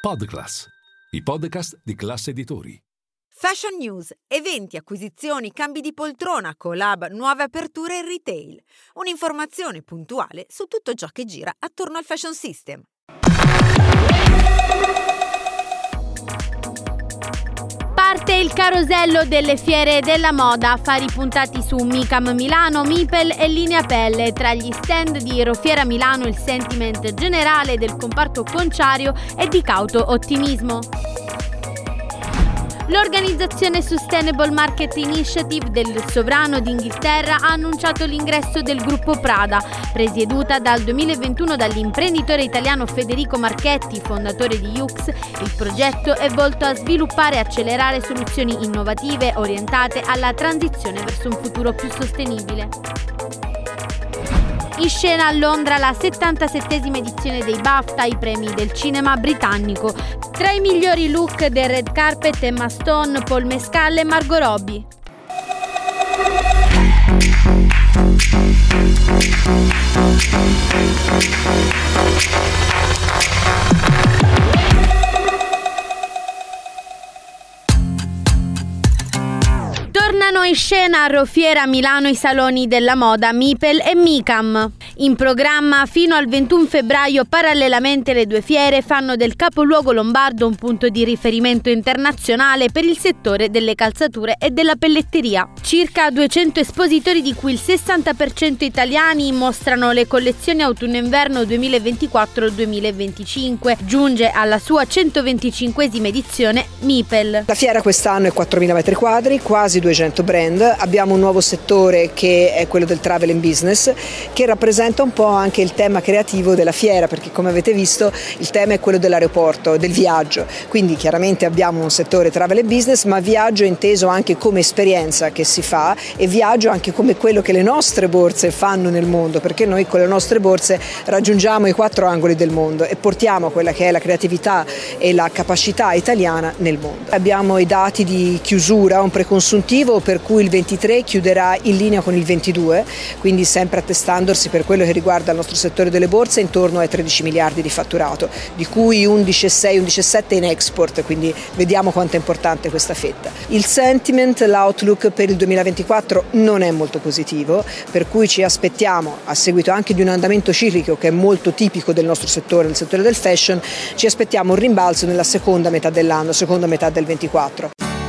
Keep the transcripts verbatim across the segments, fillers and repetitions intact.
Podclass, i podcast di Class Editori. Fashion News, eventi, acquisizioni, cambi di poltrona, collab, nuove aperture in retail. Un'informazione puntuale su tutto ciò che gira attorno al fashion system. Parte il carosello delle fiere della moda, affari puntati su Micam Milano, Mipel e Linea Pelle. Tra gli stand di Rofiera Milano il sentiment generale del comparto conciario è di cauto ottimismo. L'organizzazione Sustainable Market Initiative del Sovrano d'Inghilterra ha annunciato l'ingresso del gruppo Prada, presieduta dal duemilaventuno dall'imprenditore italiano Federico Marchetti, fondatore di Yux. Il progetto è volto a sviluppare e accelerare soluzioni innovative orientate alla transizione verso un futuro più sostenibile. In scena a Londra la settantasettesima edizione dei BAFTA, i premi del cinema britannico. Tra i migliori look del red carpet Emma Stone, Paul Mescal e Margot Robbie. Tornano in scena a Rofiera Milano i saloni della moda Mipel e Micam. In programma fino al ventuno febbraio, parallelamente le due fiere fanno del capoluogo lombardo un punto di riferimento internazionale per il settore delle calzature e della pelletteria. Circa duecento espositori, di cui il sessanta per cento italiani, mostrano le collezioni autunno-inverno duemilaventiquattro duemilaventicinque. Giunge alla sua centoventicinquesima edizione Mipel. La fiera quest'anno è quattromila metri quadri, quasi duecento brand. Abbiamo un nuovo settore che è quello del travel and business, che rappresenta un po' anche il tema creativo della fiera, perché come avete visto il tema è quello dell'aeroporto, del viaggio. Quindi chiaramente abbiamo un settore travel and business, ma viaggio inteso anche come esperienza che si fa, e viaggio anche come quello che le nostre borse fanno nel mondo, perché noi con le nostre borse raggiungiamo i quattro angoli del mondo e portiamo quella che è la creatività e la capacità italiana nel mondo. Abbiamo i dati di chiusura, un preconsuntivo per cui il ventitré chiuderà in linea con il ventidue, quindi sempre attestandosi per quello che riguarda il nostro settore delle borse intorno ai tredici miliardi di fatturato, di cui undici virgola sei undici virgola sette in export, quindi vediamo quanto è importante questa fetta. Il sentiment, l'outlook per il duemilaventiquattro non è molto positivo, per cui ci aspettiamo, a seguito anche di un andamento ciclico che è molto tipico del nostro settore, del settore del fashion, ci aspettiamo un rimbalzo nella seconda metà dell'anno, seconda metà del ventiquattro.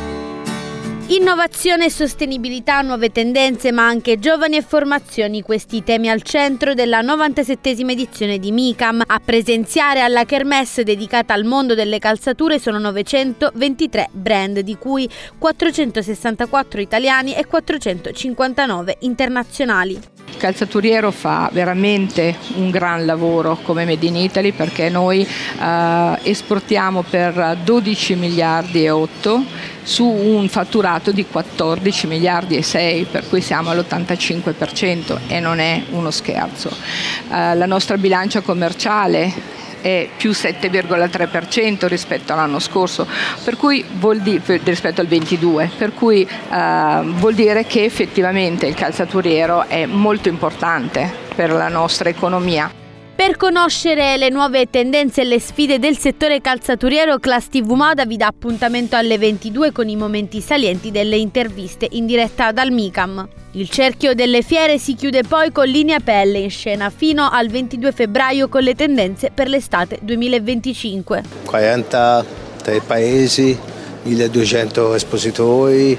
Innovazione e sostenibilità, nuove tendenze, ma anche giovani e formazioni, questi temi al centro della novantasettesima edizione di Micam. A presenziare alla kermesse dedicata al mondo delle calzature sono novecentoventitré brand, di cui quattrocentosessantaquattro italiani e quattrocentocinquantanove internazionali. Il calzaturiero fa veramente un gran lavoro come Made in Italy, perché noi eh, esportiamo per dodici miliardi e otto su un fatturato di quattordici miliardi e sei, per cui siamo all'ottantacinque per cento e non è uno scherzo. Eh, la nostra bilancia commerciale è più sette virgola tre per cento rispetto all'anno scorso, per cui vuol dire, rispetto al ventidue, per cui eh, vuol dire che effettivamente il calzaturiero è molto importante per la nostra economia. Per conoscere le nuove tendenze e le sfide del settore calzaturiero, Class ti vu Moda vi dà appuntamento alle ventidue con i momenti salienti delle interviste in diretta dal Micam. Il cerchio delle fiere si chiude poi con Linea Pelle, in scena fino al ventidue febbraio con le tendenze per l'estate duemilaventicinque. quarantatré paesi, milleduecento espositori,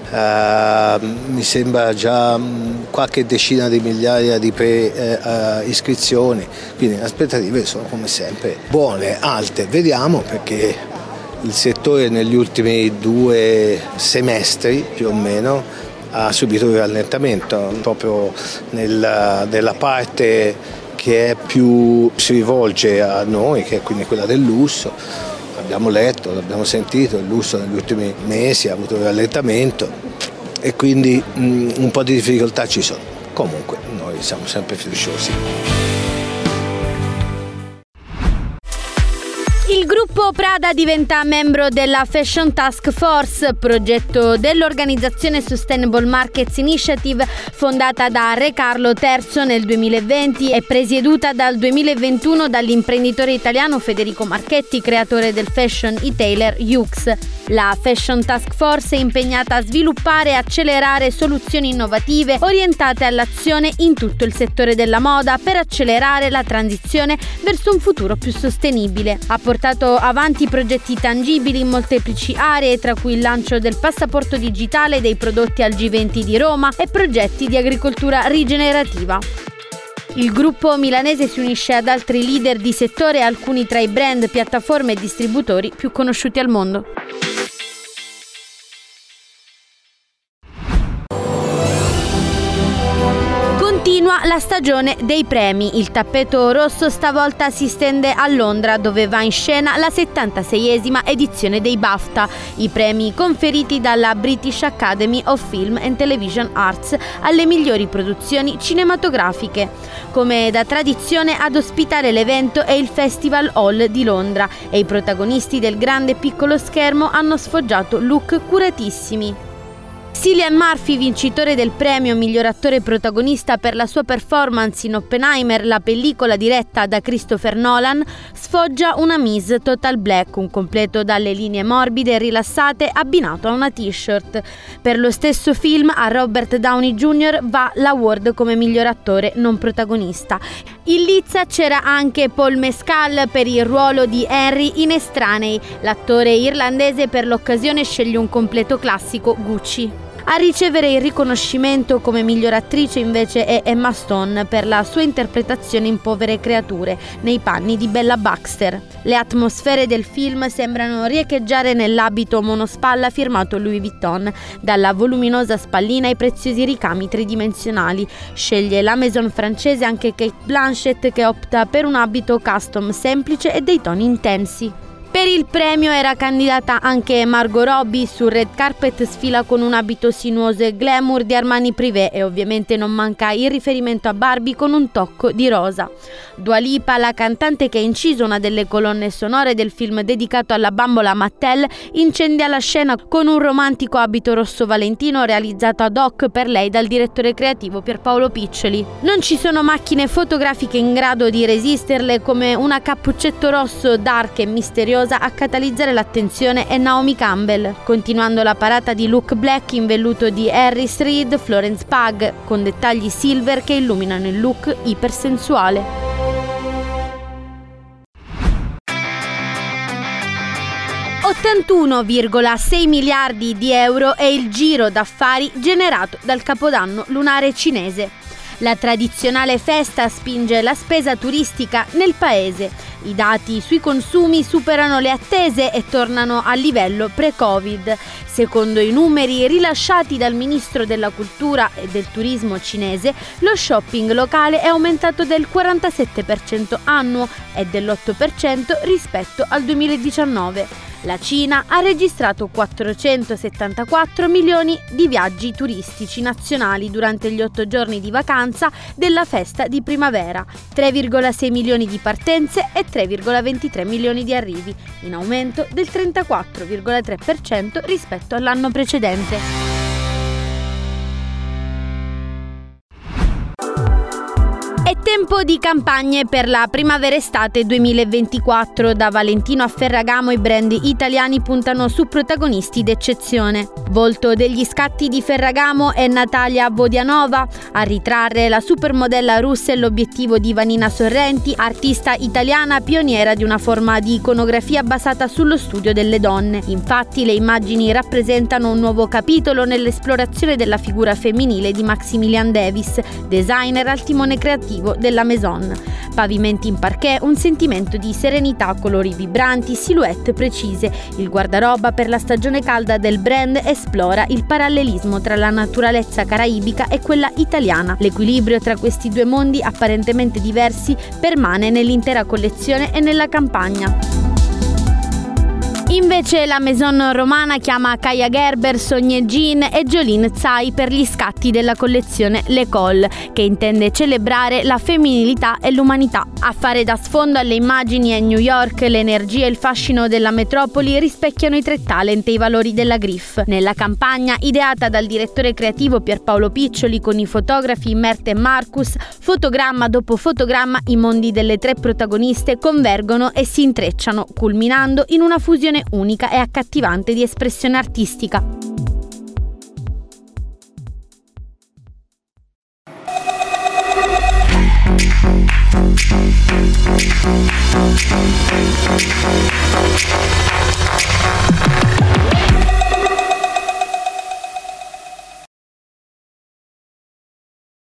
uh, mi sembra già qualche decina di migliaia di pre-iscrizioni, uh, quindi le aspettative sono come sempre buone, alte. Vediamo, perché il settore negli ultimi due semestri più o meno ha subito un rallentamento proprio nella, nella parte che è più si rivolge a noi, che è quindi quella del lusso. Abbiamo letto, l'abbiamo sentito, il lusso negli ultimi mesi ha avuto un rallentamento e quindi mh, un po' di difficoltà ci sono. Comunque noi siamo sempre fiduciosi. Il gruppo Prada diventa membro della Fashion Task Force, progetto dell'organizzazione Sustainable Markets Initiative fondata da Re Carlo terzo nel duemilaventi e presieduta dal duemilaventuno dall'imprenditore italiano Federico Marchetti, creatore del fashion e-tailer Yoox. La Fashion Task Force è impegnata a sviluppare e accelerare soluzioni innovative orientate all'azione in tutto il settore della moda per accelerare la transizione verso un futuro più sostenibile. Ha portato avanti progetti tangibili in molteplici aree, tra cui il lancio del passaporto digitale dei prodotti al G venti di Roma e progetti di agricoltura rigenerativa. Il gruppo milanese si unisce ad altri leader di settore e alcuni tra i brand, piattaforme e distributori più conosciuti al mondo. Continua la stagione dei premi. Il tappeto rosso stavolta si stende a Londra, dove va in scena la settantaseiesima edizione dei BAFTA, i premi conferiti dalla British Academy of Film and Television Arts alle migliori produzioni cinematografiche. Come da tradizione, ad ospitare l'evento è il Festival Hall di Londra e i protagonisti del grande e piccolo schermo hanno sfoggiato look curatissimi. Cillian Murphy, vincitore del premio miglior attore protagonista per la sua performance in Oppenheimer, la pellicola diretta da Christopher Nolan, sfoggia una Mise Total Black, un completo dalle linee morbide e rilassate abbinato a una t-shirt. Per lo stesso film a Robert Downey junior va l'award come miglior attore non protagonista. In lizza c'era anche Paul Mescal per il ruolo di Henry in Estranei. L'attore irlandese per l'occasione sceglie un completo classico Gucci. A ricevere il riconoscimento come miglior attrice invece è Emma Stone per la sua interpretazione in Povere creature, nei panni di Bella Baxter. Le atmosfere del film sembrano riecheggiare nell'abito monospalla firmato Louis Vuitton, dalla voluminosa spallina ai preziosi ricami tridimensionali. Sceglie la maison francese anche Cate Blanchett, che opta per un abito custom semplice e dei toni intensi. Per il premio era candidata anche Margot Robbie. Sul red carpet sfila con un abito sinuoso e glamour di Armani Privé e ovviamente non manca il riferimento a Barbie con un tocco di rosa. Dua Lipa, la cantante che ha inciso una delle colonne sonore del film dedicato alla bambola Mattel, incendia la scena con un romantico abito rosso valentino realizzato ad hoc per lei dal direttore creativo Pierpaolo Piccioli. Non ci sono macchine fotografiche in grado di resisterle, come una cappuccetto rosso dark e misteriosa a catalizzare l'attenzione è Naomi Campbell, continuando la parata di look black in velluto di Harris Reed, Florence Pugh, con dettagli silver che illuminano il look ipersensuale. ottantuno virgola sei miliardi di euro è il giro d'affari generato dal Capodanno lunare cinese. La tradizionale festa spinge la spesa turistica nel paese. I dati sui consumi superano le attese e tornano al livello pre-Covid. Secondo i numeri rilasciati dal Ministro della Cultura e del Turismo cinese, lo shopping locale è aumentato del quarantasette per cento annuo e dell'otto per cento rispetto al duemiladiciannove. La Cina ha registrato quattrocentosettantaquattro milioni di viaggi turistici nazionali durante gli otto giorni di vacanza della festa di primavera, tre virgola sei milioni di partenze e tre virgola ventitré milioni di arrivi, in aumento del trentaquattro virgola tre per cento rispetto all'anno precedente. È tempo di campagne per la primavera-estate duemilaventiquattro. Da Valentino a Ferragamo i brand italiani puntano su protagonisti d'eccezione. Volto degli scatti di Ferragamo è Natalia Vodianova. A ritrarre la supermodella russa è l'obiettivo di Vanina Sorrenti, artista italiana pioniera di una forma di iconografia basata sullo studio delle donne. Infatti le immagini rappresentano un nuovo capitolo nell'esplorazione della figura femminile di Maximilian Davis, designer al timone creativo della Maison. Pavimenti in parquet, un sentimento di serenità, colori vibranti, silhouette precise. Il guardaroba per la stagione calda del brand esplora il parallelismo tra la naturalezza caraibica e quella italiana. L'equilibrio tra questi due mondi apparentemente diversi permane nell'intera collezione e nella campagna. Invece la Maison Romana chiama Kaia Gerber, Sonia Jean e Jolene Tsai per gli scatti della collezione L'École, che intende celebrare la femminilità e l'umanità. A fare da sfondo alle immagini a New York, l'energia e il fascino della metropoli rispecchiano i tre talent e i valori della Griff. Nella campagna, ideata dal direttore creativo Pierpaolo Piccioli con i fotografi Merte e Marcus, fotogramma dopo fotogramma i mondi delle tre protagoniste convergono e si intrecciano, culminando in una fusione unica e accattivante di espressione artistica.